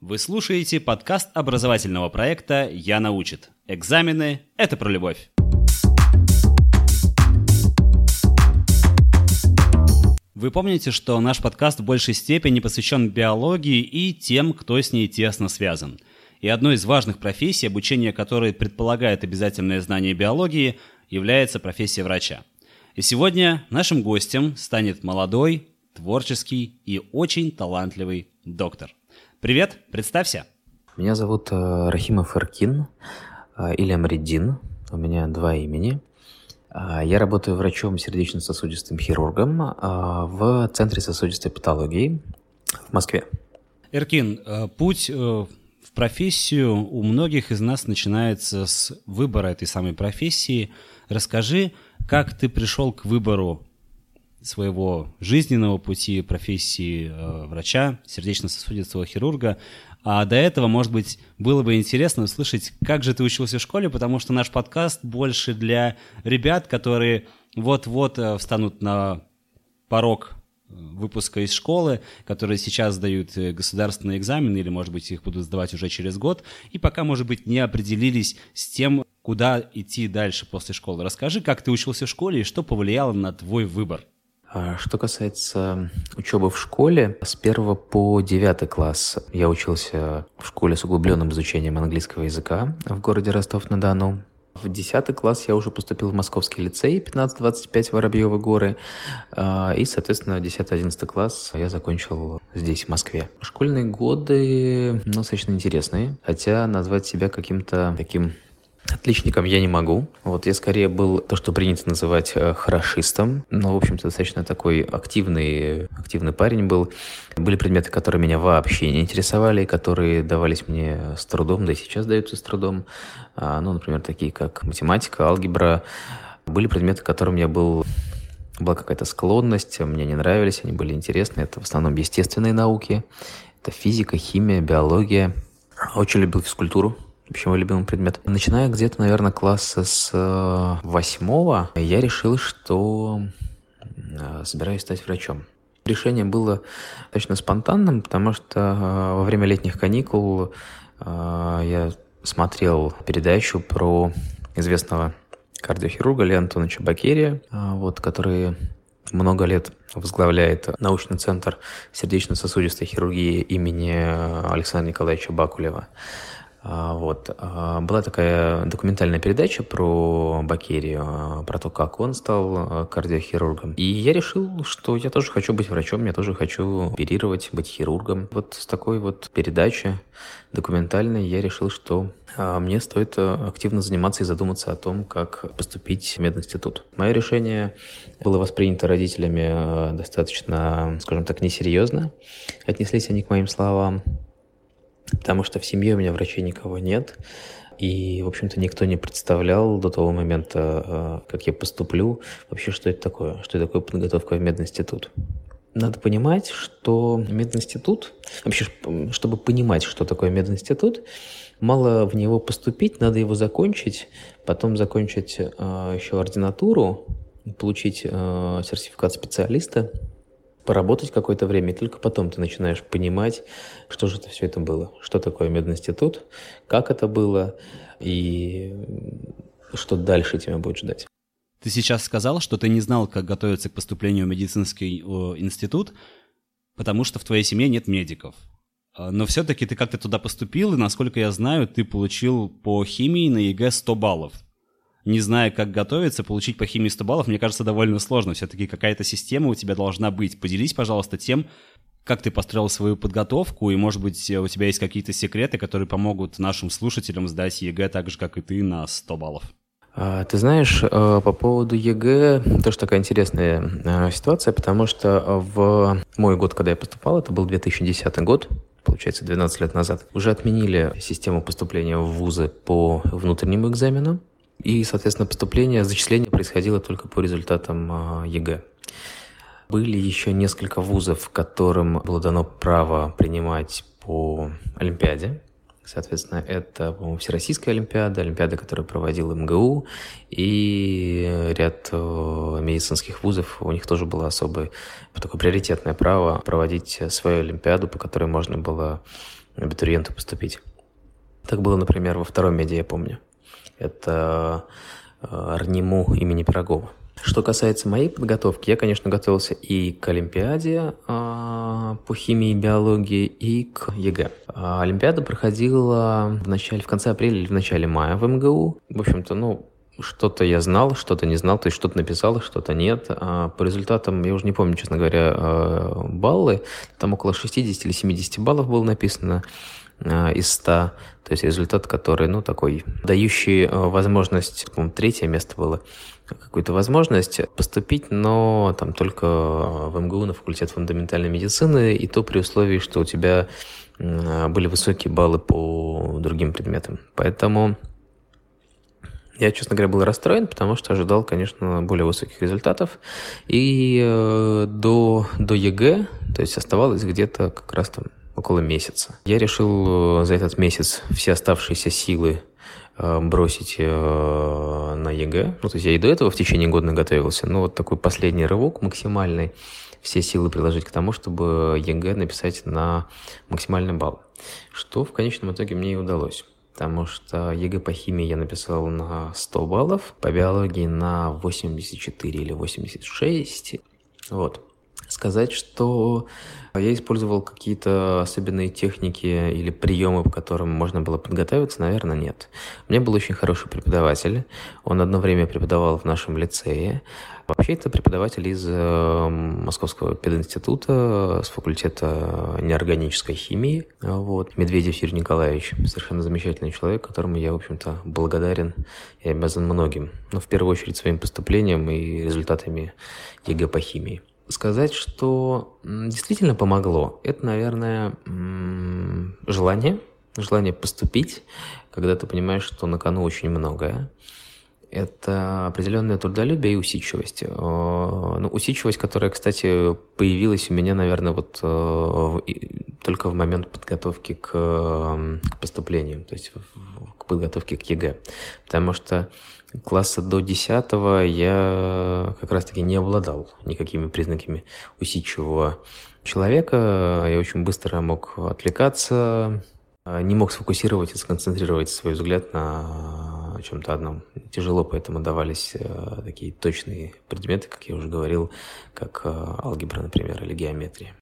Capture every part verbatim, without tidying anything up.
Вы слушаете подкаст образовательного проекта «Я научит». Экзамены – это про любовь. Вы помните, что наш подкаст в большей степени посвящен биологии и тем, кто с ней тесно связан. И одной из важных профессий, обучение которой предполагает обязательное знание биологии, является профессия врача. И сегодня нашим гостем станет молодой, творческий и очень талантливый доктор. Привет, представься. Меня зовут э, Рахимов Эркин э, или Амриддин. У меня два имени. Э, я работаю врачом сердечно-сосудистым хирургом э, в Центре сосудистой патологии в Москве. Эркин, э, путь э, в профессию у многих из нас начинается с выбора этой самой профессии. Расскажи, как ты пришел к выбору своего жизненного пути, профессии э, врача, сердечно-сосудистого хирурга. А до этого, может быть, было бы интересно услышать, как же ты учился в школе, потому что наш подкаст больше для ребят, которые вот-вот э, встанут на порог выпуска из школы, которые сейчас сдают государственные экзамены, или, может быть, их будут сдавать уже через год, и пока, может быть, не определились с тем, куда идти дальше после школы. Расскажи, как ты учился в школе и что повлияло на твой выбор. Что касается учебы в школе, с первого по девятый класс я учился в школе с углубленным изучением английского языка в городе Ростов-на-Дону. В десятый класс я уже поступил в Московский лицей пятнадцать двадцать пять Воробьевы горы. И, соответственно, десятый-одиннадцатый класс я закончил здесь, в Москве. Школьные годы ну, достаточно интересные, хотя назвать себя каким-то таким отличником я не могу. Вот я скорее был то, что принято называть э, хорошистом. Но, в общем-то, достаточно такой активный, активный парень был. Были предметы, которые меня вообще не интересовали, которые давались мне с трудом, да и сейчас даются с трудом. А, ну, например, такие как математика, алгебра. Были предметы, к которым я был... Была какая-то склонность, мне не нравились, они были интересны. Это в основном естественные науки. Это физика, химия, биология. Очень любил физкультуру. Вообще мой любимый предмет. Начиная где-то, наверное, класса с восьмого, я решил, что собираюсь стать врачом. Решение было достаточно спонтанным, потому что во время летних каникул я смотрел передачу про известного кардиохирурга Леонида Антоновича Баккерия, вот, который много лет возглавляет научный центр сердечно-сосудистой хирургии имени Александра Николаевича Бакулева. Вот. Была такая документальная передача про Баккерию, про то, как он стал кардиохирургом. И я решил, что я тоже хочу быть врачом, я тоже хочу оперировать, быть хирургом. Вот с такой вот передачи документальной я решил, что мне стоит активно заниматься и задуматься о том, как поступить в мединститут. Мое решение было воспринято родителями достаточно, скажем так, несерьезно. Отнеслись они к моим словам. Потому что в семье у меня врачей никого нет, и, в общем-то, никто не представлял до того момента, как я поступлю, вообще, что это такое, что это такое подготовка в мединститут. Надо понимать, что мединститут, вообще, чтобы понимать, что такое мединститут, мало в него поступить, надо его закончить, потом закончить еще ординатуру, получить сертификат специалиста, поработать какое-то время, и только потом ты начинаешь понимать, что же это все это было, что такое мединститут, как это было и что дальше тебя будет ждать. Ты сейчас сказал, что ты не знал, как готовиться к поступлению в медицинский институт, потому что в твоей семье нет медиков. Но все-таки ты как-то туда поступил, и, насколько я знаю, ты получил по химии на ЕГЭ сто баллов. Не зная, как готовиться, получить по химии сто баллов, мне кажется, довольно сложно. Все-таки какая-то система у тебя должна быть. Поделись, пожалуйста, тем, как ты построил свою подготовку, и, может быть, у тебя есть какие-то секреты, которые помогут нашим слушателям сдать ЕГЭ так же, как и ты, на сто баллов. Ты знаешь, по поводу ЕГЭ тоже такая интересная ситуация, потому что в мой год, когда я поступал, это был две тысячи десятый год, получается, двенадцать лет назад, уже отменили систему поступления в вузы по внутренним экзаменам. И, соответственно, поступление, зачисление происходило только по результатам ЕГЭ. Были еще несколько вузов, которым было дано право принимать по Олимпиаде. Соответственно, это, по-моему, Всероссийская Олимпиада, Олимпиада, которую проводил МГУ, и ряд медицинских вузов, у них тоже было особое такое приоритетное право проводить свою Олимпиаду, по которой можно было абитуриенту поступить. Так было, например, во втором меде, я помню. Это РНИМУ имени Пирогова. Что касается моей подготовки, я, конечно, готовился и к Олимпиаде а, по химии и биологии, и к ЕГЭ. А, Олимпиада проходила в начале, в конце апреля или в начале мая в МГУ. В общем-то, ну, что-то я знал, что-то не знал, то есть что-то написал, что-то нет. А, по результатам, я уже не помню, честно говоря, баллы, там около шестьдесят или семьдесят баллов было написано из ста, то есть результат, который, ну, такой, дающий возможность, по-моему, третье место было, какую-то возможность поступить, но там только в МГУ на факультет фундаментальной медицины, и то при условии, что у тебя были высокие баллы по другим предметам. Поэтому я, честно говоря, был расстроен, потому что ожидал, конечно, более высоких результатов. И э, до, до ЕГЭ, то есть оставалось где-то как раз там около месяца. Я решил за этот месяц все оставшиеся силы э, бросить э, на ЕГЭ. Ну, то есть я и до этого в течение года готовился, но вот такой последний рывок максимальный, все силы приложить к тому, чтобы ЕГЭ написать на максимальный балл. Что в конечном итоге мне и удалось. Потому что ЕГЭ по химии я написал на сто баллов, по биологии на восемьдесят четыре или восемьдесят шесть. Вот. Сказать, что я использовал какие-то особенные техники или приемы, по которым можно было подготовиться, наверное, нет. У меня был очень хороший преподаватель. Он одно время преподавал в нашем лицее. Вообще, это преподаватель из Московского пединститута с факультета неорганической химии. Вот. Медведев Юрий Николаевич. Совершенно замечательный человек, которому я, в общем-то, благодарен и обязан многим. Но в первую очередь своим поступлением и результатами ЕГЭ по химии. Сказать, что действительно помогло, это, наверное, желание, желание поступить, когда ты понимаешь, что на кону очень многое. Это определенное трудолюбие и усидчивость. Ну, усидчивость, которая, кстати, появилась у меня, наверное, вот только в момент подготовки к, к поступлению, то есть к подготовке к ЕГЭ. Потому что класса до десятого я как раз-таки не обладал никакими признаками усидчивого человека. Я очень быстро мог отвлекаться, не мог сфокусировать и сконцентрировать свой взгляд на чем-то одном. Тяжело поэтому давались такие точные предметы, как я уже говорил, как алгебра, например, или геометрия.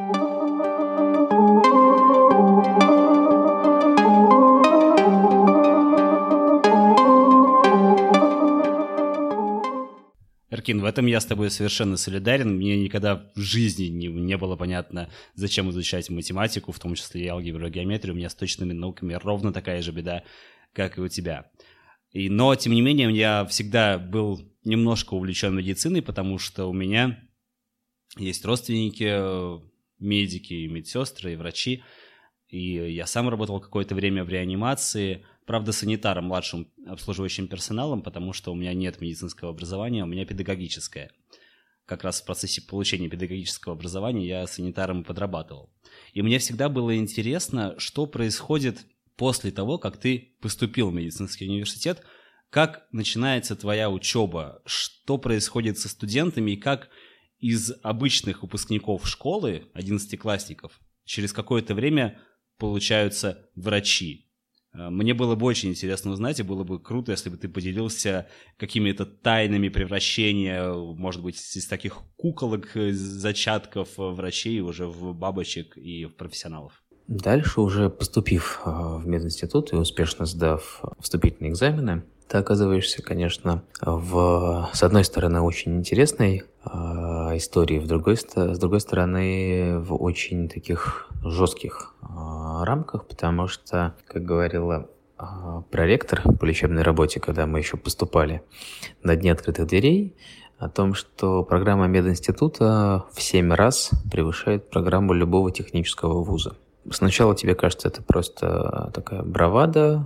Эркин, в этом я с тобой совершенно солидарен. Мне никогда в жизни не, не было понятно, зачем изучать математику, в том числе и алгебру, и геометрию. У меня с точными науками ровно такая же беда, как и у тебя. И, но, тем не менее, я всегда был немножко увлечен медициной, потому что у меня есть родственники, медики, и медсестры, и врачи. И я сам работал какое-то время в реанимации, правда, санитаром, младшим обслуживающим персоналом, потому что у меня нет медицинского образования, у меня педагогическое. Как раз в процессе получения педагогического образования я санитаром подрабатывал. И мне всегда было интересно, что происходит после того, как ты поступил в медицинский университет, как начинается твоя учеба, что происходит со студентами и как из обычных выпускников школы, одиннадцатиклассников, через какое-то время получаются врачи. Мне было бы очень интересно узнать, и было бы круто, если бы ты поделился какими-то тайнами превращения, может быть, из таких куколок, зачатков врачей уже в бабочек и в профессионалов. Дальше, уже поступив в мединститут и успешно сдав вступительные экзамены, ты оказываешься, конечно, в, с одной стороны, очень интересной э, истории, в другой, с другой стороны, в очень таких жестких э, рамках, потому что, как говорила э, проректор по лечебной работе, когда мы еще поступали на Дне открытых дверей, о том, что программа мединститута в семь раз превышает программу любого технического вуза. Сначала тебе кажется, это просто такая бравада,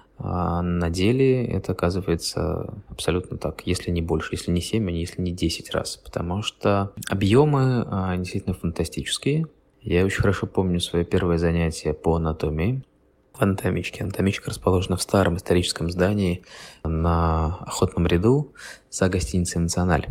а на деле это оказывается абсолютно так, если не больше, если не семь, а если не десять раз, потому что объемы а, действительно фантастические. Я очень хорошо помню свое первое занятие по анатомии в анатомичке. Анатомичка расположена в старом историческом здании на Охотном ряду за гостиницей «Националь».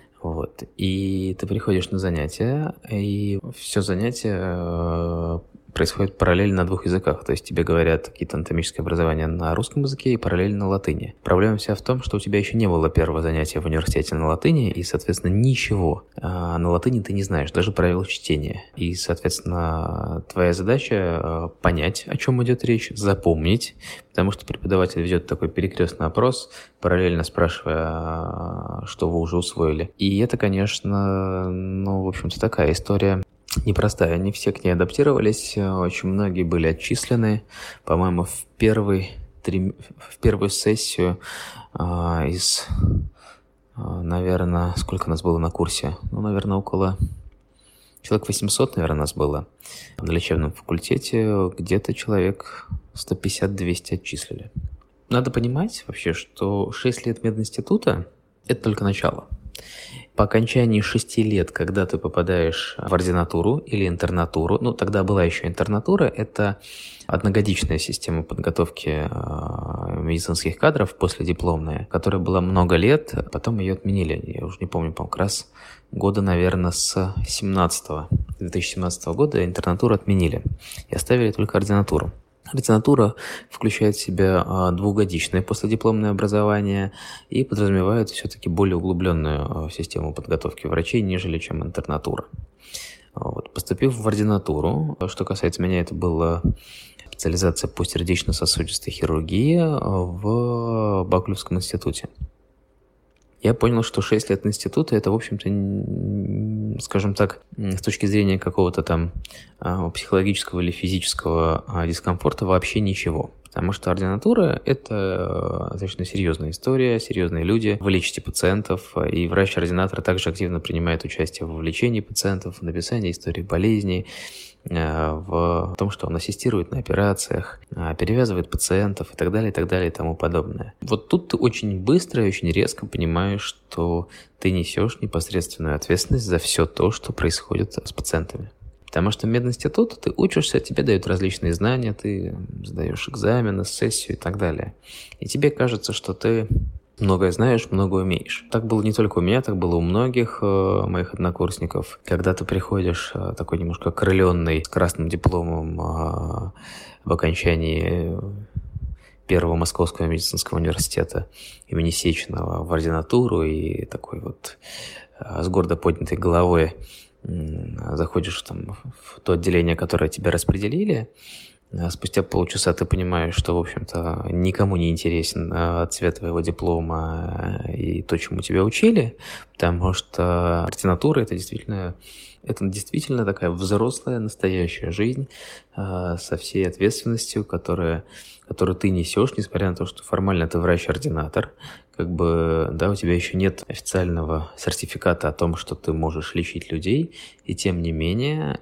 Вот. И ты приходишь на занятие, и все занятие происходит параллельно на двух языках. То есть тебе говорят какие-то анатомические образования на русском языке и параллельно на латыни. Проблема вся в том, что у тебя еще не было первого занятия в университете на латыни, и, соответственно, ничего а на латыни ты не знаешь, даже правил чтения. И, соответственно, твоя задача понять, о чем идет речь, запомнить, потому что преподаватель ведет такой перекрестный опрос, параллельно спрашивая, что вы уже усвоили. И это, конечно, ну, в общем-то, такая история непростая. Не все к ней адаптировались, очень многие были отчислены. По-моему, в, первый, три, в первую сессию а, из, а, наверное, сколько нас было на курсе? Ну, наверное, около... Человек восемьсот, наверное, нас было на лечебном факультете, где-то человек сто пятьдесят - двести отчислили. Надо понимать вообще, что шесть лет мединститута – это только начало. По окончании шести лет, когда ты попадаешь в ординатуру или интернатуру, ну, тогда была еще интернатура, это одногодичная система подготовки медицинских кадров последипломная, которая была много лет, потом ее отменили. Я уже не помню, по-моему, как раз года, наверное, с семнадцатого, две тысячи семнадцатого года интернатуру отменили и оставили только ординатуру. Ординатура включает в себя двухгодичное последипломное образование и подразумевает все-таки более углубленную систему подготовки врачей, нежели чем интернатура. Вот. Поступив в ординатуру, что касается меня, это была специализация по сердечно-сосудистой хирургии в Бакулевском институте. Я понял, что шесть лет института – это, в общем-то, скажем так, с точки зрения какого-то там психологического или физического дискомфорта вообще ничего. Потому что ординатура – это достаточно серьезная история, серьезные люди. Вы лечите пациентов, и врач-ординатор также активно принимает участие в лечении пациентов, в написании истории болезней, в том, что он ассистирует на операциях, перевязывает пациентов и так далее, и так далее, и тому подобное. Вот тут ты очень быстро и очень резко понимаешь, что ты несешь непосредственную ответственность за все то, что происходит с пациентами. Потому что в мединституте ты учишься, тебе дают различные знания, ты сдаешь экзамены, сессию и так далее. И тебе кажется, что ты многое знаешь, многое умеешь. Так было не только у меня, так было у многих э, моих однокурсников. Когда ты приходишь э, такой немножко окрыленный, с красным дипломом э, в окончании Первого Московского медицинского университета имени Сеченова в ординатуру и такой вот э, с гордо поднятой головой э, заходишь там в то отделение, которое тебя распределили. Спустя полчаса ты понимаешь, что, в общем-то, никому не интересен цвет твоего диплома и то, чему тебя учили, потому что ординатура – это действительно, это действительно такая взрослая, настоящая жизнь со всей ответственностью, которая, которую ты несешь, несмотря на то, что формально ты врач-ординатор, как бы, да, у тебя еще нет официального сертификата о том, что ты можешь лечить людей, и тем не менее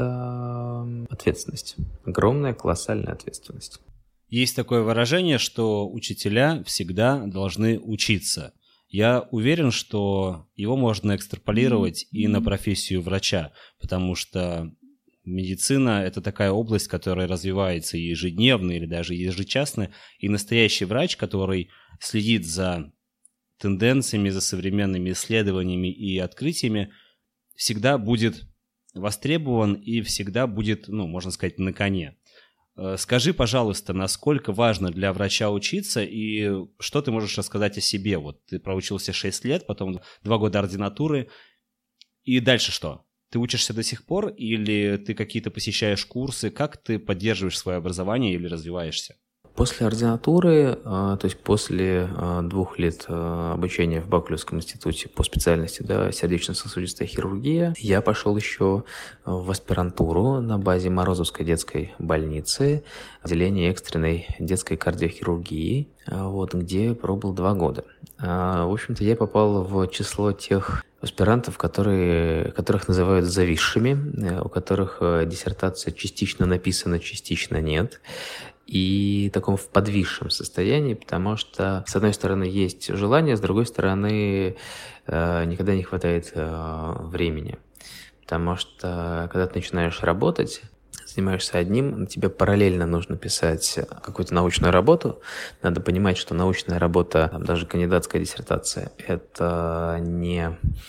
это ответственность. Огромная, колоссальная ответственность. Есть такое выражение, что учителя всегда должны учиться. Я уверен, что его можно экстраполировать и на профессию врача, потому что медицина – это такая область, которая развивается ежедневно или даже ежечасно, и настоящий врач, который следит за тенденциями, за современными исследованиями и открытиями, всегда будет востребован и всегда будет, ну, можно сказать, на коне. Скажи, пожалуйста, насколько важно для врача учиться и что ты можешь рассказать о себе? Вот ты проучился шесть лет, потом два года ординатуры, и дальше что? Ты учишься до сих пор или ты какие-то посещаешь курсы? Как ты поддерживаешь свое образование или развиваешься? После ординатуры, то есть после двух лет обучения в Бакулевском институте по специальности, да, сердечно-сосудистая хирургия, я пошел еще в аспирантуру на базе Морозовской детской больницы, отделение экстренной детской кардиохирургии, вот, где пробыл два года. В общем-то, я попал в число тех аспирантов, которые, которых называют зависшими, у которых диссертация частично написана, частично нет. И в таком в подвисшем состоянии, потому что, с одной стороны, есть желание, с другой стороны, э, никогда не хватает э, времени. Потому что, когда ты начинаешь работать, занимаешься одним, тебе параллельно нужно писать какую-то научную работу. Надо понимать, что научная работа, там, даже кандидатская диссертация, это не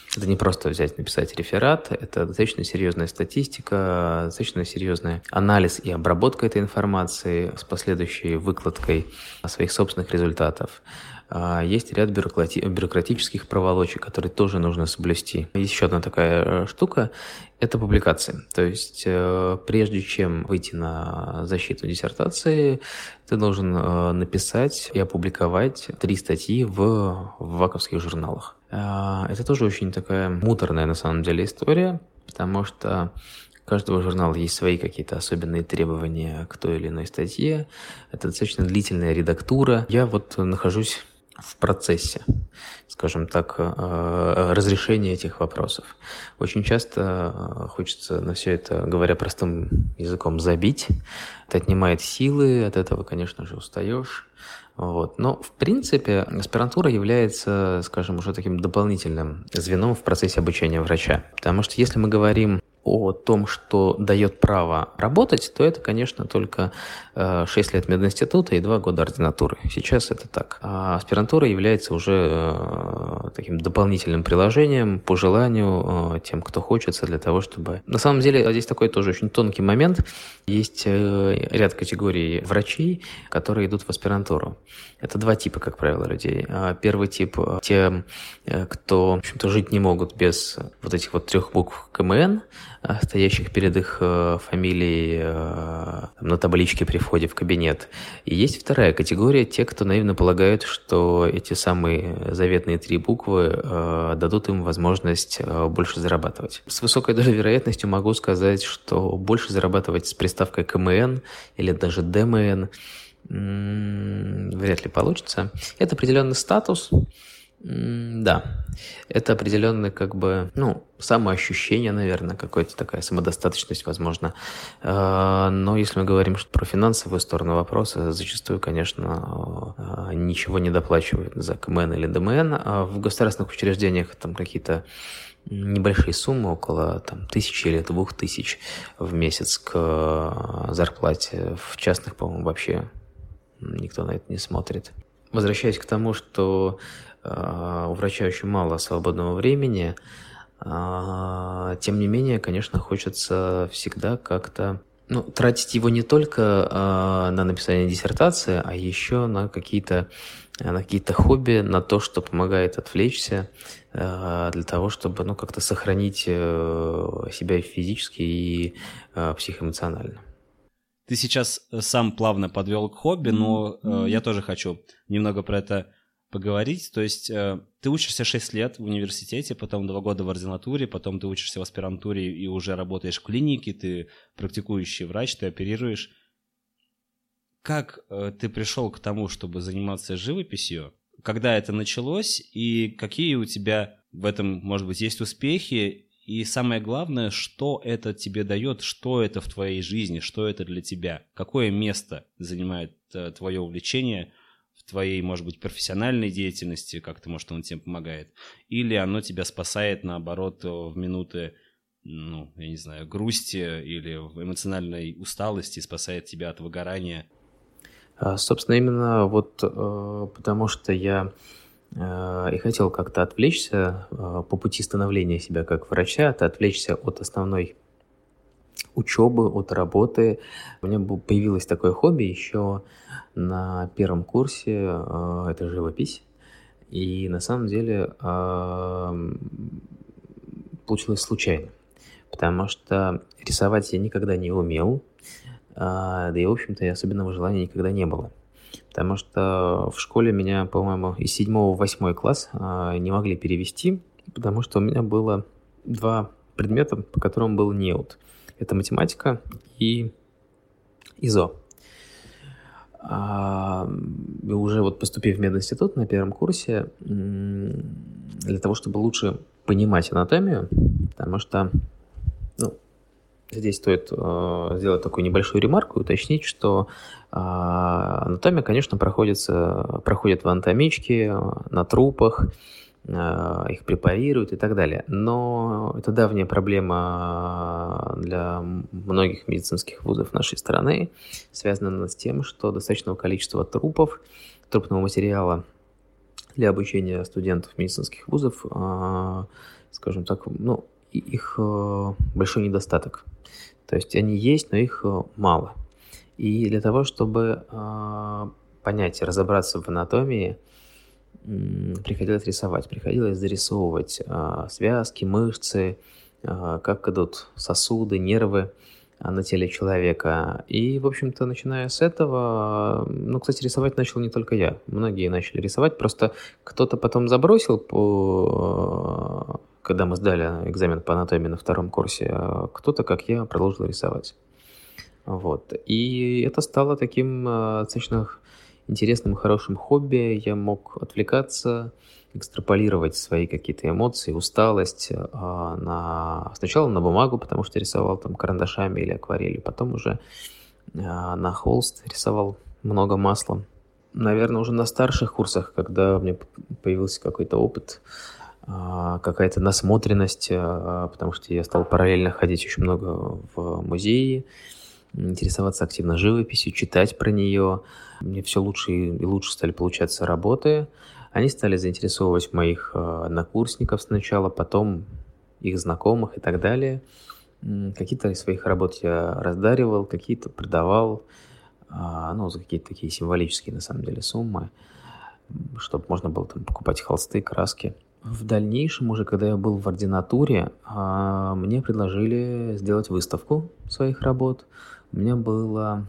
Это не просто взять, написать реферат, это достаточно серьезная статистика, достаточно серьезный анализ и обработка этой информации с последующей выкладкой своих собственных результатов. Есть ряд бюрократи- бюрократических проволочек, которые тоже нужно соблюсти. Есть еще одна такая штука – это публикации. То есть прежде чем выйти на защиту диссертации, ты должен написать и опубликовать три статьи в, в ваковских журналах. Это тоже очень такая муторная на самом деле история, потому что у каждого журнала есть свои какие-то особенные требования к той или иной статье. Это достаточно длительная редактура. Я вот нахожусь в процессе, скажем так, разрешения этих вопросов. Очень часто хочется на все это, говоря простым языком, забить. Это отнимает силы, от этого, конечно же, устаешь. Вот. Но, в принципе, аспирантура является, скажем, уже таким дополнительным звеном в процессе обучения врача. Потому что если мы говорим о том, что дает право работать, то это, конечно, только шесть лет мединститута и два года ординатуры. Сейчас это так. А аспирантура является уже таким дополнительным приложением по желанию тем, кто хочется, для того, чтобы... На самом деле, здесь такой тоже очень тонкий момент. Есть ряд категорий врачей, которые идут в аспирантуру. Это два типа, как правило, людей. Первый тип – те, кто, в общем-то, жить не могут без вот этих вот трех букв ка эм эн, стоящих перед их э, фамилией э, на табличке при входе в кабинет. И есть вторая категория, те, кто наивно полагают, что эти самые заветные три буквы э, дадут им возможность э, больше зарабатывать. С высокой долей вероятностью могу сказать, что больше зарабатывать с приставкой ка эм эн или даже дэ эм эн м- вряд ли получится. Это определенный статус. Да, это определенное как бы, ну, самоощущение, наверное, какая-то такая самодостаточность, возможно. Но если мы говорим про финансовую сторону вопроса, зачастую, конечно, ничего не доплачивают за ка эм эн или дэ эм эн. А в государственных учреждениях там какие-то небольшие суммы, около там, тысячи или двух тысяч в месяц к зарплате. В частных, по-моему, вообще никто на это не смотрит. Возвращаясь к тому, что у врача очень мало свободного времени, тем не менее, конечно, хочется всегда как-то ну, тратить его не только на написание диссертации, а еще на какие-то, на какие-то хобби, на то, что помогает отвлечься, для того, чтобы ну, как-то сохранить себя и физически, и психоэмоционально. Ты сейчас сам плавно подвел к хобби, но э, я тоже хочу немного про это поговорить. То есть э, ты учишься шесть лет в университете, потом два года в ординатуре, потом ты учишься в аспирантуре и уже работаешь в клинике, ты практикующий врач, ты оперируешь. Как э, ты пришел к тому, чтобы заниматься живописью? Когда это началось и какие у тебя в этом, может быть, есть успехи? И самое главное, что это тебе дает, что это в твоей жизни, что это для тебя, какое место занимает э, твое увлечение в твоей, может быть, профессиональной деятельности, как-то, может, оно тебе помогает, или оно тебя спасает, наоборот, в минуты, ну, я не знаю, грусти или эмоциональной усталости, спасает тебя от выгорания. Собственно, именно вот э, потому что я и хотел как-то отвлечься по пути становления себя как врача, это отвлечься от основной учебы, от работы. У меня появилось такое хобби еще на первом курсе, это живопись. И на самом деле получилось случайно, потому что рисовать я никогда не умел, да и, в общем-то, и особенного желания никогда не было. Потому что в школе меня, по-моему, из седьмого в восьмой класс а, не могли перевести, потому что у меня было два предмета, по которым был неуд. Это математика и ИЗО. А, уже вот поступив в мединститут на первом курсе, для того, чтобы лучше понимать анатомию, потому что, ну, здесь стоит э, сделать такую небольшую ремарку и уточнить, что э, анатомия, конечно, проходится, проходит в анатомичке, на трупах, э, их препарируют и так далее. Но это давняя проблема для многих медицинских вузов нашей страны, связана с тем, что достаточного количества трупов, трупного материала для обучения студентов медицинских вузов э, скажем так, ну, их э, большой недостаток. То есть они есть, но их э, мало. И для того, чтобы э, понять, разобраться в анатомии, м, приходилось рисовать, приходилось зарисовывать э, связки, мышцы, э, как идут сосуды, нервы э, на теле человека. И, в общем-то, начиная с этого, э, ну, кстати, рисовать начал не только я. Многие начали рисовать, просто кто-то потом забросил, по, э, когда мы сдали экзамен по анатомии на втором курсе, а кто-то, как я, продолжил рисовать. Вот. И это стало таким э, достаточно интересным и хорошим хобби. Я мог отвлекаться, экстраполировать свои какие-то эмоции, усталость э, на... сначала на бумагу, потому что рисовал там карандашами или акварелью, потом уже э, на холст рисовал много маслом. Наверное, уже на старших курсах, когда у меня появился какой-то опыт, э, какая-то насмотренность, э, потому что я стал параллельно ходить очень много в музеи, интересоваться активно живописью, читать про нее. Мне все лучше и лучше стали получаться работы. Они стали заинтересовывать моих однокурсников сначала, потом их знакомых и так далее. Какие-то из своих работ я раздаривал, какие-то продавал, ну, за какие-то такие символические, на самом деле, суммы, чтобы можно было там покупать холсты, краски. В дальнейшем, уже когда я был в ординатуре, мне предложили сделать выставку своих работ. У меня было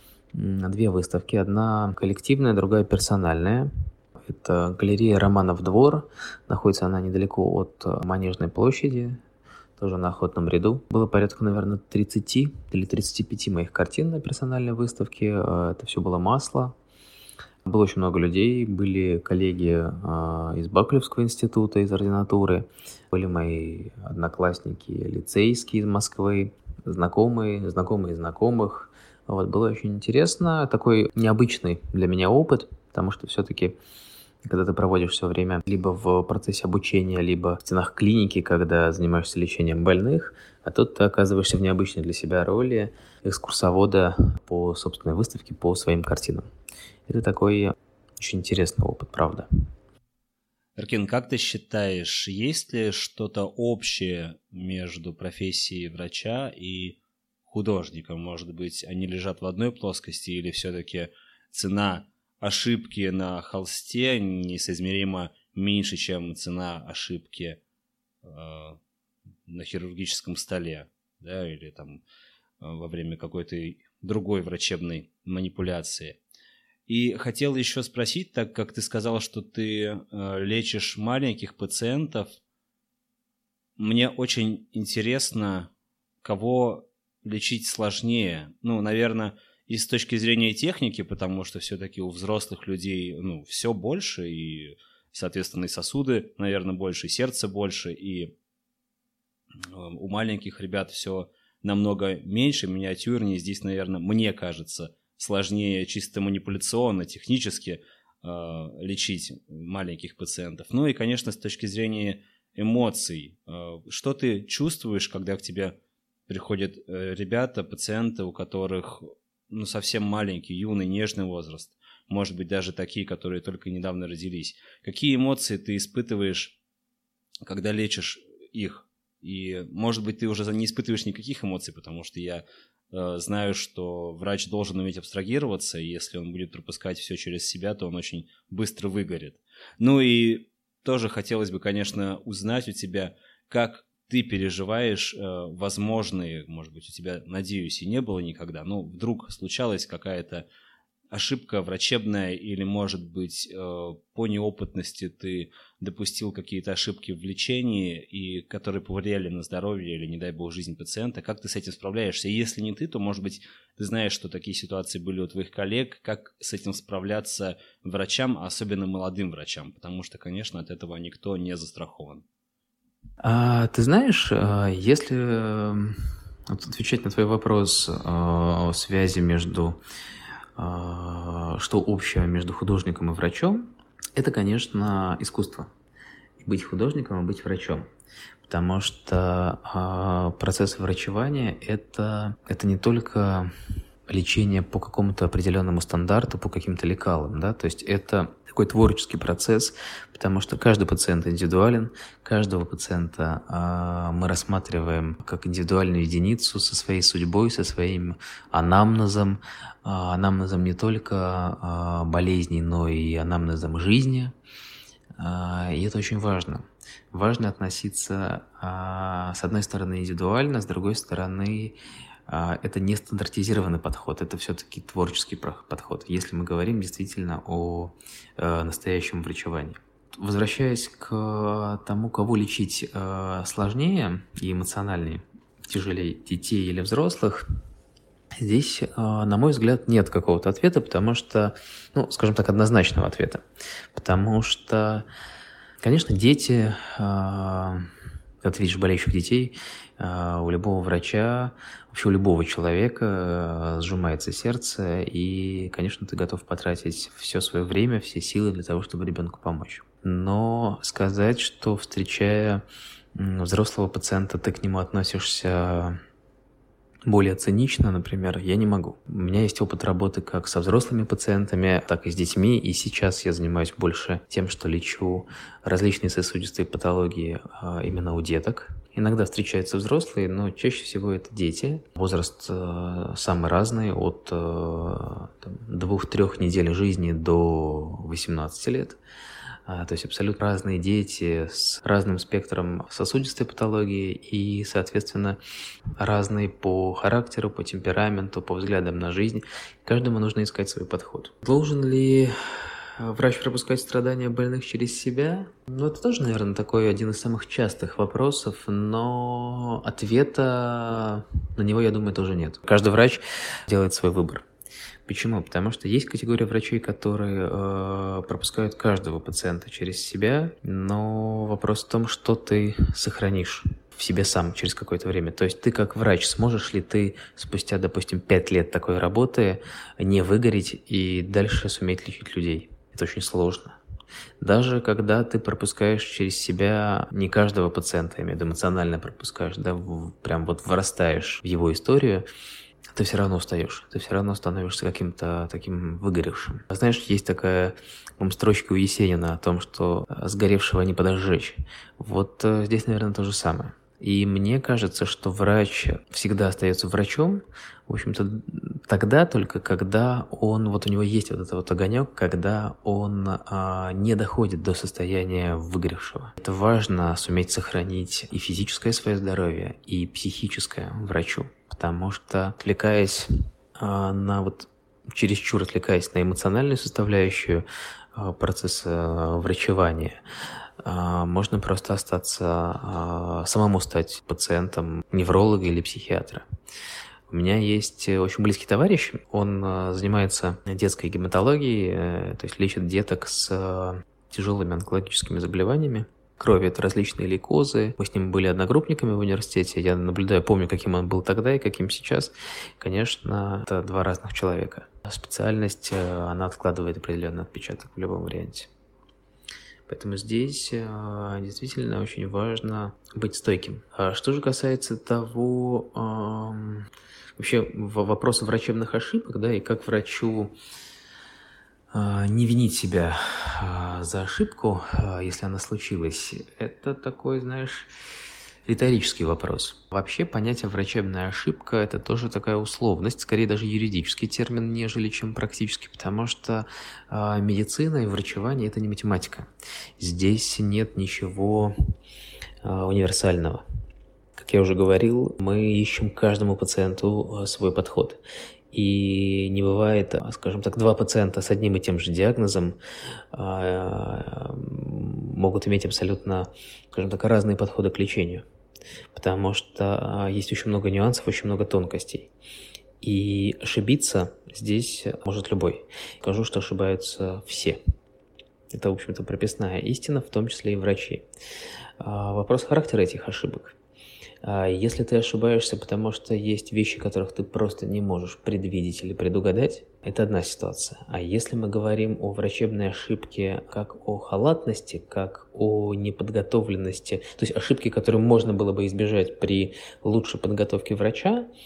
две выставки. Одна коллективная, другая персональная. Это галерея «Романов двор». Находится она недалеко от Манежной площади, тоже на Охотном ряду. Было порядка, наверное, тридцать или тридцать пять моих картин на персональной выставке. Это все было масло. Было очень много людей, были коллеги э, из Бакулевского института, из ординатуры, были мои одноклассники лицейские из Москвы, знакомые, знакомые знакомых. Вот, было очень интересно, такой необычный для меня опыт, потому что все-таки, когда ты проводишь все время либо в процессе обучения, либо в стенах клиники, когда занимаешься лечением больных, а тут ты оказываешься в необычной для себя роли экскурсовода по собственной выставке, по своим картинам. Это такой очень интересный опыт, правда. Эркин, как ты считаешь, есть ли что-то общее между профессией врача и художником? Может быть, они лежат в одной плоскости, или все-таки цена ошибки на холсте несоизмеримо меньше, чем цена ошибки э, на хирургическом столе, да, или там э, во время какой-то другой врачебной манипуляции? И хотел еще спросить, так как ты сказал, что ты э, лечишь маленьких пациентов, мне очень интересно, кого лечить сложнее. Ну, наверное, и с точки зрения техники, потому что все-таки у взрослых людей, ну, все больше, и, соответственно, и сосуды, наверное, больше, и сердце больше, и э, у маленьких ребят все намного меньше, миниатюрнее. Здесь, наверное, мне кажется, сложнее чисто манипуляционно, технически э, лечить маленьких пациентов. Ну и, конечно, с точки зрения эмоций. Э, что ты чувствуешь, когда к тебе приходят э, ребята, пациенты, у которых ну, совсем маленький, юный, нежный возраст? Может быть, даже такие, которые только недавно родились. Какие эмоции ты испытываешь, когда лечишь их? И, может быть, ты уже не испытываешь никаких эмоций, потому что я знаю, что врач должен уметь абстрагироваться, и если он будет пропускать все через себя, то он очень быстро выгорит. Ну и тоже хотелось бы, конечно, узнать у тебя, как ты переживаешь э, возможные, может быть, у тебя, надеюсь, и не было никогда, но вдруг случалась какая-то ошибка врачебная, или, может быть, э, по неопытности ты допустил какие-то ошибки в лечении, и которые повлияли на здоровье или, не дай бог, жизнь пациента. Как ты с этим справляешься? И если не ты, то, может быть, ты знаешь, что такие ситуации были у твоих коллег. Как с этим справляться врачам, особенно молодым врачам? Потому что, конечно, от этого никто не застрахован. А, ты знаешь, если вот, отвечать на твой вопрос о связи между... что общего между художником и врачом, это, конечно, искусство. Быть художником и быть врачом. Потому что процесс врачевания это, – это не только лечение по какому-то определенному стандарту, по каким-то лекалам, да, то есть это такой творческий процесс, потому что каждый пациент индивидуален, каждого пациента а, мы рассматриваем как индивидуальную единицу со своей судьбой, со своим анамнезом, а, анамнезом не только а, болезней, но и анамнезом жизни, а, и это очень важно. Важно относиться, а, с одной стороны, индивидуально, с другой стороны, это не стандартизированный подход, это все-таки творческий подход, если мы говорим действительно о э, настоящем врачевании. Возвращаясь к тому, кого лечить э, сложнее и эмоциональнее, тяжелее, детей или взрослых, здесь, э, на мой взгляд, нет какого-то ответа, потому что, ну, скажем так, однозначного ответа. Потому что, конечно, дети, э, когда ты видишь болеющих детей, э, у любого врача, вообще у любого человека сжимается сердце, и, конечно, ты готов потратить все свое время, все силы для того, чтобы ребенку помочь. Но сказать, что, встречая взрослого пациента, ты к нему относишься более цинично, например, я не могу. У меня есть опыт работы как со взрослыми пациентами, так и с детьми, и сейчас я занимаюсь больше тем, что лечу различные сосудистые патологии именно у деток. Иногда встречаются взрослые, но чаще всего это дети. Возраст э, самый разный, от э, двух-трех недель жизни до восемнадцати лет. А, то есть абсолютно разные дети с разным спектром сосудистой патологии и, соответственно, разные по характеру, по темпераменту, по взглядам на жизнь. Каждому нужно искать свой подход. Должен ли врач пропускать страдания больных через себя? Ну, это тоже, наверное, такой один из самых частых вопросов, но ответа на него, я думаю, тоже нет. Каждый врач делает свой выбор. Почему? Потому что есть категория врачей, которые э, пропускают каждого пациента через себя, но вопрос в том, что ты сохранишь в себе сам через какое-то время. То есть ты как врач, сможешь ли ты спустя, допустим, пять лет такой работы не выгореть и дальше суметь лечить людей? Это очень сложно. Даже когда ты пропускаешь через себя не каждого пациента, я имею в виду эмоционально пропускаешь, да, в, прям вот вырастаешь в его историю, ты все равно устаешь, ты все равно становишься каким-то таким выгоревшим. Знаешь, есть такая, по-моему, строчка у Есенина о том, что сгоревшего не подожжечь. Вот здесь, наверное, то же самое. И мне кажется, что врач всегда остается врачом, в общем-то, тогда только, когда он, вот у него есть вот этот вот огонек, когда он а, не доходит до состояния выгоревшего. Это важно суметь сохранить и физическое свое здоровье, и психическое врачу, потому что, отвлекаясь а, на вот, чересчур отвлекаясь на эмоциональную составляющую а, процесса врачевания, можно просто остаться, самому стать пациентом невролога или психиатра. У меня есть очень близкий товарищ, он занимается детской гематологией, то есть лечит деток с тяжелыми онкологическими заболеваниями крови. Это различные лейкозы. Мы с ним были одногруппниками в университете. Я наблюдаю, помню, каким он был тогда и каким сейчас. Конечно, это два разных человека. Специальность, она откладывает определенный отпечаток в любом варианте. Поэтому здесь э, действительно очень важно быть стойким. А что же касается того, э, вообще вопроса врачебных ошибок, да, и как врачу э, не винить себя э, за ошибку, э, если она случилась, это такой, знаешь, риторический вопрос. Вообще понятие врачебная ошибка – это тоже такая условность, скорее даже юридический термин, нежели чем практически, потому что э, медицина и врачевание – это не математика. Здесь нет ничего э, универсального. Как я уже говорил, мы ищем каждому пациенту свой подход. И не бывает, скажем так, два пациента с одним и тем же диагнозом э, могут иметь абсолютно, скажем так, разные подходы к лечению. Потому что есть очень много нюансов, очень много тонкостей. И ошибиться здесь может любой. Скажу, что ошибаются все. Это, в общем-то, прописная истина, в том числе и врачи. Вопрос характера этих ошибок. Если ты ошибаешься, потому что есть вещи, которых ты просто не можешь предвидеть или предугадать, это одна ситуация. А если мы говорим о врачебной ошибке как о халатности, как о неподготовленности, то есть ошибки, которые можно было бы избежать при лучшей подготовке врача,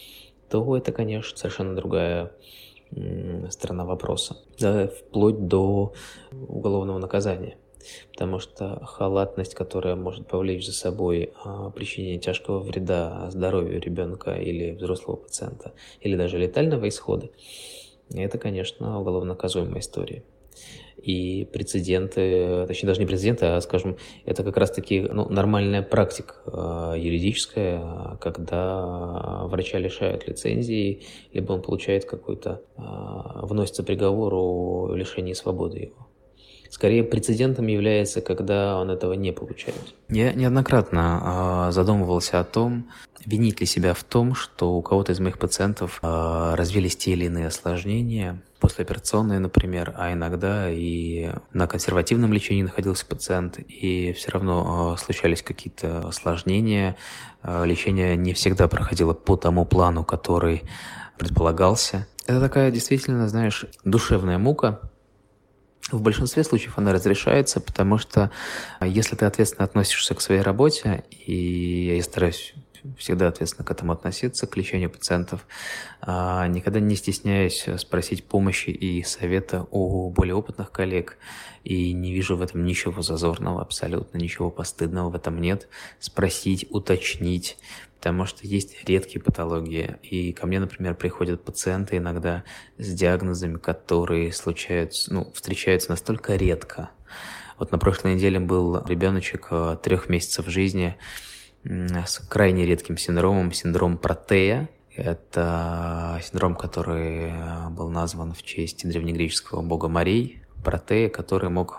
то это, конечно, совершенно другая сторона вопроса, да, вплоть до уголовного наказания. Потому что халатность, которая может повлечь за собой а, причинение тяжкого вреда здоровью ребенка или взрослого пациента, или даже летального исхода, это, конечно, уголовно наказуемая история. И прецеденты, точнее даже не прецеденты, а, скажем, это как раз-таки ну, нормальная практика э, юридическая, когда врача лишают лицензии, либо он получает какой-то, э, вносится приговор о лишении свободы его. Скорее, прецедентом является, когда он этого не получает. Я неоднократно э, задумывался о том, винить ли себя в том, что у кого-то из моих пациентов э, развились те или иные осложнения, послеоперационные, например, а иногда и на консервативном лечении находился пациент, и все равно э, случались какие-то осложнения. Э, лечение не всегда проходило по тому плану, который предполагался. Это такая действительно, знаешь, душевная мука. В большинстве случаев она разрешается, потому что если ты ответственно относишься к своей работе, и я стараюсь всегда ответственно к этому относиться, к лечению пациентов, никогда не стесняюсь спросить помощи и совета у более опытных коллег, и не вижу в этом ничего зазорного, абсолютно ничего постыдного в этом нет. Спросить, уточнить, потому что есть редкие патологии, и ко мне, например, приходят пациенты иногда с диагнозами, которые случаются, ну, встречаются настолько редко. Вот на прошлой неделе был ребеночек трех месяцев жизни с крайне редким синдромом, синдром Протея. Это синдром, который был назван в честь древнегреческого бога морей, Протея, который мог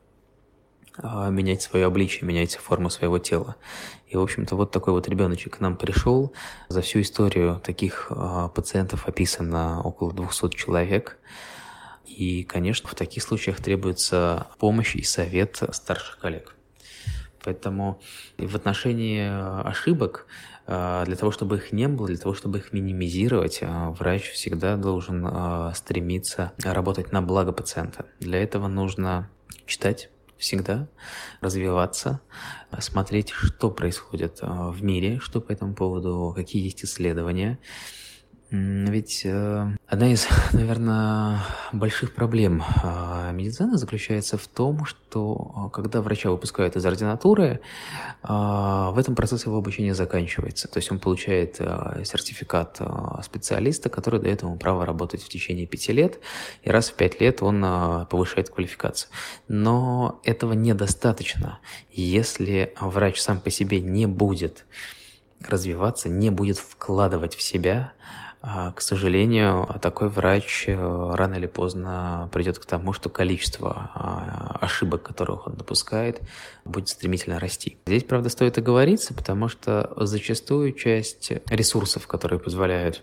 менять свое обличие, менять форму своего тела. И, в общем-то, вот такой вот ребеночек к нам пришел. За всю историю таких пациентов описано около двухсот человек. И, конечно, в таких случаях требуется помощь и совет старших коллег. Поэтому в отношении ошибок, для того, чтобы их не было, для того, чтобы их минимизировать, врач всегда должен стремиться работать на благо пациента. Для этого нужно читать всегда, развиваться, смотреть, что происходит в мире, что по этому поводу, какие есть исследования. Ведь э, одна из, наверное, больших проблем э, медицины заключается в том, что когда врача выпускают из ординатуры, э, в этом процесс его обучения заканчивается. То есть он получает э, сертификат э, специалиста, который дает ему право работать в течение пяти лет, и раз в пять лет он э, повышает квалификацию. Но этого недостаточно, если врач сам по себе не будет развиваться, не будет вкладывать в себя. К сожалению, такой врач рано или поздно придет к тому, что количество ошибок, которых он допускает, будет стремительно расти. Здесь, правда, стоит оговориться, потому что зачастую часть ресурсов, которые позволяют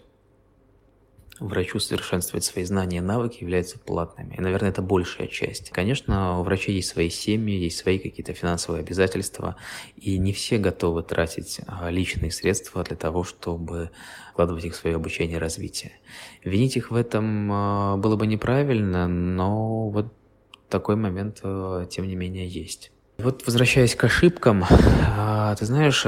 врачу совершенствовать свои знания и навыки, являются платными. И, наверное, это большая часть. Конечно, у врачей есть свои семьи, есть свои какие-то финансовые обязательства, и не все готовы тратить личные средства для того, чтобы вкладывать их в свое обучение и развитие. Винить их в этом было бы неправильно, но вот такой момент, тем не менее, есть. Вот возвращаясь к ошибкам, ты знаешь,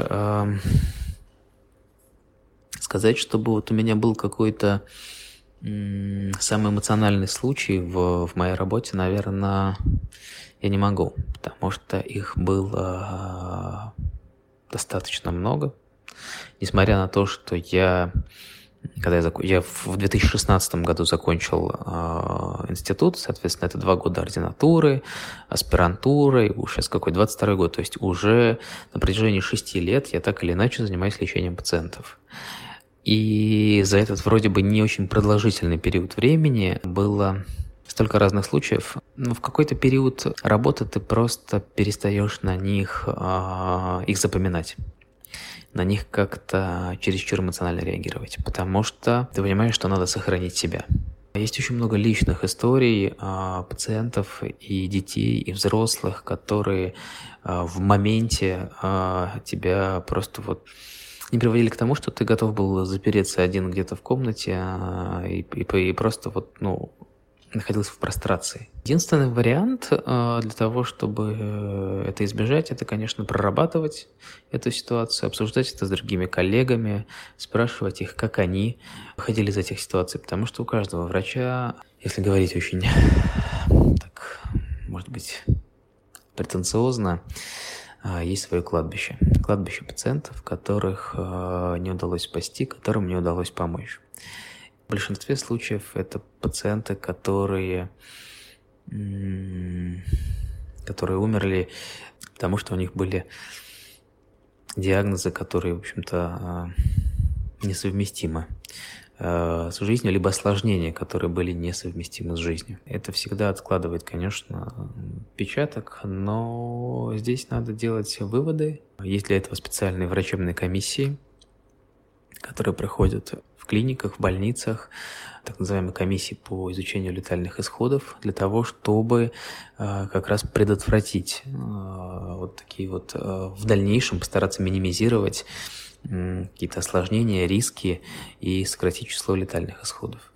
сказать, чтобы вот у меня был какой-то м- самый эмоциональный случай в, в моей работе, наверное, я не могу, потому что их было достаточно много. Несмотря на то, что я, когда я, зак... я в две тысячи шестнадцатом году закончил э, институт, соответственно, это два года ординатуры, аспирантуры, и сейчас какой, двадцать второй год, то есть уже на протяжении шести лет я так или иначе занимаюсь лечением пациентов. И за этот вроде бы не очень продолжительный период времени было столько разных случаев. Но в какой-то период работы ты просто перестаешь на них э, их запоминать, на них как-то чересчур эмоционально реагировать, потому что ты понимаешь, что надо сохранить себя. Есть очень много личных историй э, пациентов и детей, и взрослых, которые э, в моменте э, тебя просто вот не приводили к тому, что ты готов был запереться один где-то в комнате и, и, и просто вот, ну, находился в прострации. Единственный вариант э, для того, чтобы э, это избежать, это, конечно, прорабатывать эту ситуацию, обсуждать это с другими коллегами, спрашивать их, как они выходили из этих ситуаций, потому что у каждого врача, если говорить очень, так, может быть, претенциозно, э, есть свое кладбище. Кладбище пациентов, которых э, не удалось спасти, которым не удалось помочь. В большинстве случаев это пациенты, которые, которые умерли, потому что у них были диагнозы, которые, в общем-то, несовместимы с жизнью, либо осложнения, которые были несовместимы с жизнью. Это всегда откладывает, конечно, отпечаток, но здесь надо делать выводы. Есть для этого специальные врачебные комиссии, которые проходят в клиниках, в больницах, так называемые комиссии по изучению летальных исходов, для того, чтобы э, как раз предотвратить э, вот такие вот, э, в дальнейшем постараться минимизировать э, какие-то осложнения, риски и сократить число летальных исходов.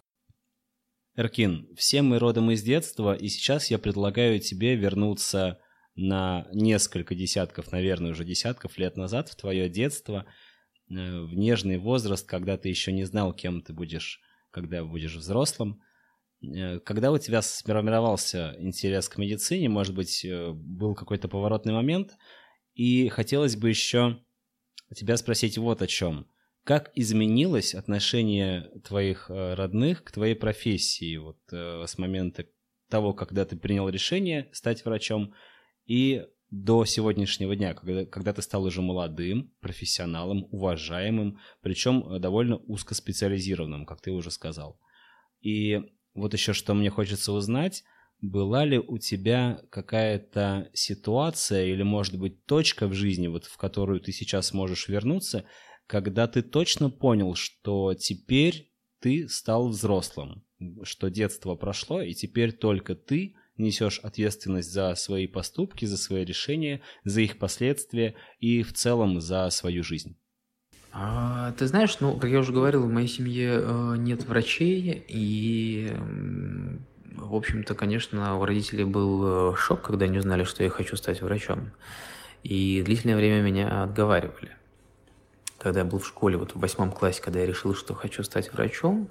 Эркин, все мы родом из детства, и сейчас я предлагаю тебе вернуться на несколько десятков, наверное, уже десятков лет назад в твое детство, в нежный возраст, когда ты еще не знал, кем ты будешь, когда будешь взрослым. Когда у тебя сформировался интерес к медицине, может быть, был какой-то поворотный момент, и хотелось бы еще тебя спросить вот о чем. Как изменилось отношение твоих родных к твоей профессии вот с момента того, когда ты принял решение стать врачом, и до сегодняшнего дня, когда, когда ты стал уже молодым, профессионалом, уважаемым, причем довольно узкоспециализированным, как ты уже сказал. И вот еще что мне хочется узнать, была ли у тебя какая-то ситуация или, может быть, точка в жизни, вот в которую ты сейчас можешь вернуться, когда ты точно понял, что теперь ты стал взрослым, что детство прошло, и теперь только ты несешь ответственность за свои поступки, за свои решения, за их последствия и в целом за свою жизнь? А, ты знаешь, ну, как я уже говорил, в моей семье э, нет врачей, и, в общем-то, конечно, у родителей был шок, когда они узнали, что я хочу стать врачом. И длительное время меня отговаривали. Когда я был в школе, вот в восьмом классе, когда я решил, что хочу стать врачом,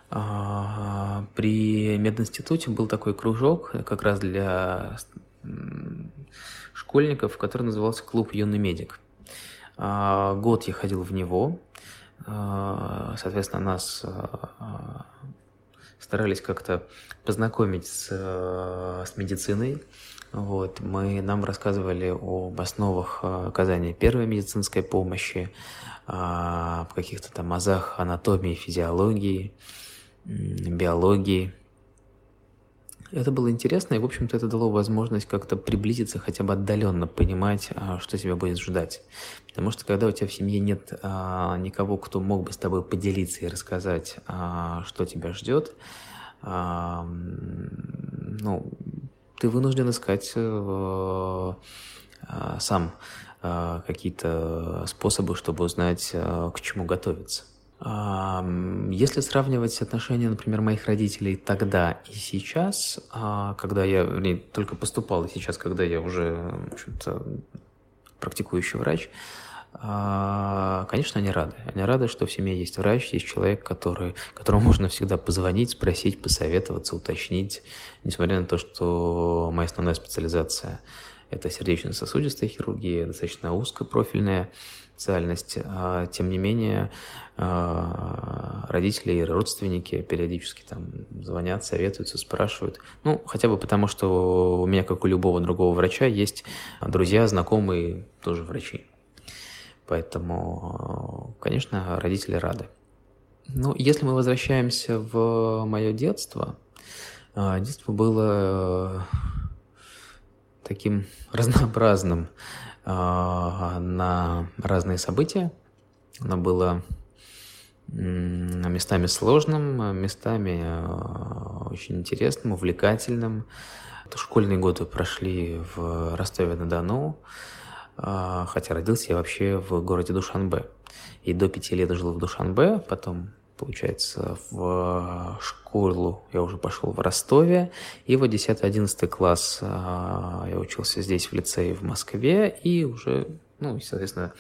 при мединституте был такой кружок как раз для школьников, который назывался «Клуб юный медик». Год я ходил в него, соответственно, нас старались как-то познакомить с, с медициной. Вот, мы, нам рассказывали об основах оказания первой медицинской помощи, о каких-то там азах анатомии, физиологии, биологии. Это было интересно, и, в общем-то, это дало возможность как-то приблизиться, хотя бы отдаленно понимать, что тебя будет ждать. Потому что, когда у тебя в семье нет а, никого, кто мог бы с тобой поделиться и рассказать, а, что тебя ждет, а, ну, ты вынужден искать а, а, сам а, какие-то способы, чтобы узнать, а, к чему готовиться. Если сравнивать отношения, например, моих родителей тогда и сейчас, когда я вернее, только поступал, и сейчас, когда я уже, в общем-то, практикующий врач, конечно, они рады. Они рады, что в семье есть врач, есть человек, который, которому можно всегда позвонить, спросить, посоветоваться, уточнить, несмотря на то, что моя основная специализация – это сердечно-сосудистая хирургия, достаточно узкопрофильная специальность. Тем не менее, родители и родственники периодически там звонят, советуются, спрашивают. Ну, хотя бы потому, что у меня, как у любого другого врача, есть друзья, знакомые, тоже врачи. Поэтому, конечно, родители рады. Ну, если мы возвращаемся в мое детство, детство было таким разнообразным на разные события. Оно было местами сложным, местами очень интересным, увлекательным. Школьные годы прошли в Ростове-на-Дону, хотя родился я вообще в городе Душанбе. И до пяти лет жил в Душанбе, потом получается, в школу я уже пошел в Ростове, и вот десятый-одиннадцатый класс я учился здесь, в лицее в Москве, и уже, ну, соответственно,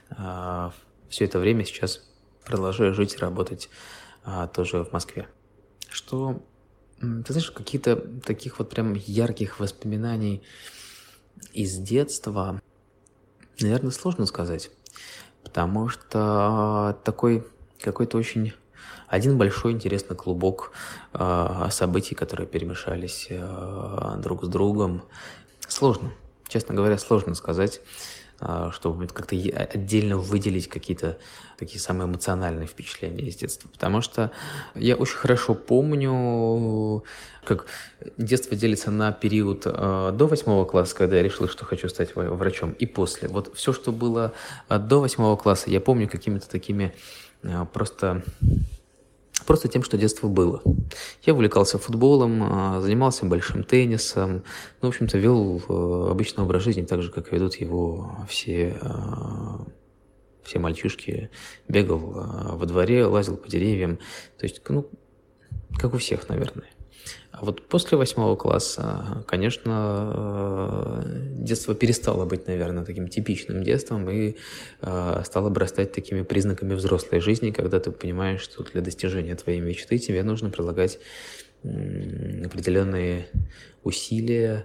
все это время сейчас продолжаю жить и работать тоже в Москве. Что, ты знаешь, какие-то таких вот прям ярких воспоминаний из детства, наверное, сложно сказать, потому что такой какой-то очень один большой интересный клубок э, событий, которые перемешались э, друг с другом. Сложно, честно говоря, сложно сказать, э, чтобы как-то отдельно выделить какие-то такие самые эмоциональные впечатления из детства, потому что я очень хорошо помню, как детство делится на период э, до восьмого класса, когда я решил, что хочу стать врачом, и после. Вот все, что было до восьмого класса, я помню какими-то такими э, просто... Просто тем, что детство было. Я увлекался футболом, занимался большим теннисом, ну, в общем-то, вел обычный образ жизни, так же, как ведут его все, все мальчишки. Бегал во дворе, лазил по деревьям, то есть, ну, как у всех, наверное. А вот после восьмого класса, конечно, детство перестало быть, наверное, таким типичным детством и э, стало обрастать такими признаками взрослой жизни, когда ты понимаешь, что для достижения твоей мечты тебе нужно прилагать э, определенные усилия,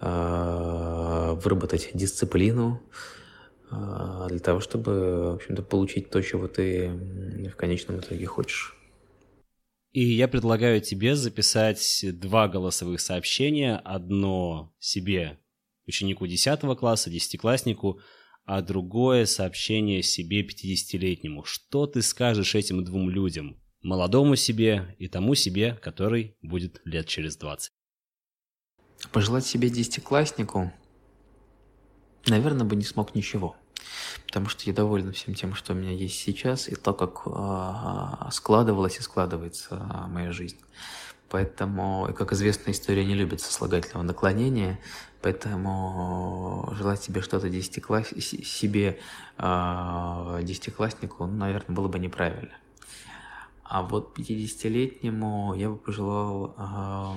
э, выработать дисциплину э, для того, чтобы, в общем-то, получить то, чего ты в конечном итоге хочешь. И я предлагаю тебе записать два голосовых сообщения. Одно себе, ученику десятого класса, десятикласснику, а другое сообщение себе, пятидесятилетнему. Что ты скажешь этим двум людям? Молодому себе и тому себе, который будет лет через двадцать. Пожелать себе десятикласснику, наверное, бы не смог ничего. Потому что я доволен всем тем, что у меня есть сейчас, и то, как э, складывалась и складывается э, моя жизнь. Поэтому, как известно, история не любит сослагательного наклонения, поэтому желать себе что-то десятикласс... себе э, десятикласснику, ну, наверное, было бы неправильно. А вот пятидесятилетнему я бы пожелал э,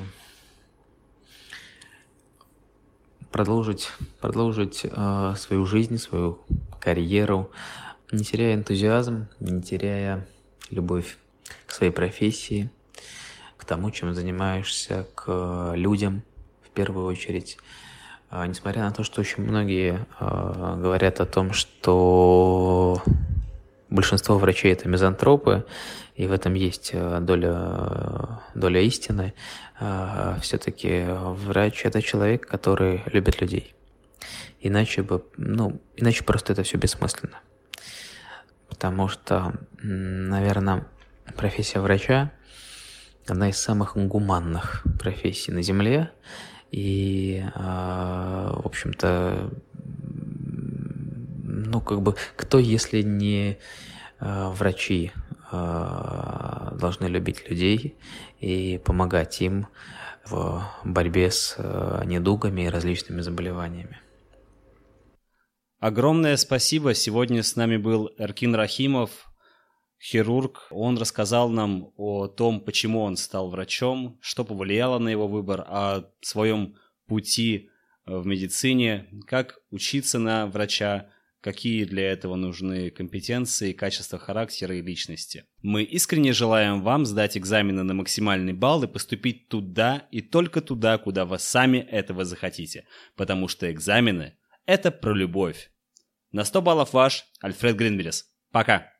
продолжить, продолжить э, свою жизнь, свою карьеру, не теряя энтузиазм, не теряя любовь к своей профессии, к тому, чем занимаешься, к людям в первую очередь. Э, несмотря на то, что очень многие э, говорят о том, что большинство врачей – это мизантропы, и в этом есть доля, доля истины, все-таки врач – это человек, который любит людей. Иначе бы, ну, иначе просто это все бессмысленно. Потому что, наверное, профессия врача – одна из самых гуманных профессий на Земле. И, в общем-то, ну, как бы, кто, если не врачи, должны любить людей и помогать им в борьбе с недугами и различными заболеваниями. Огромное спасибо. Сегодня с нами был Эркин Рахимов, хирург. Он рассказал нам о том, почему он стал врачом, что повлияло на его выбор, о своем пути в медицине, как учиться на врача, какие для этого нужны компетенции, качества характера и личности. Мы искренне желаем вам сдать экзамены на максимальный балл и поступить туда и только туда, куда вы сами этого захотите, потому что экзамены – это про любовь. На сто баллов ваш Альфред Гринберес. Пока!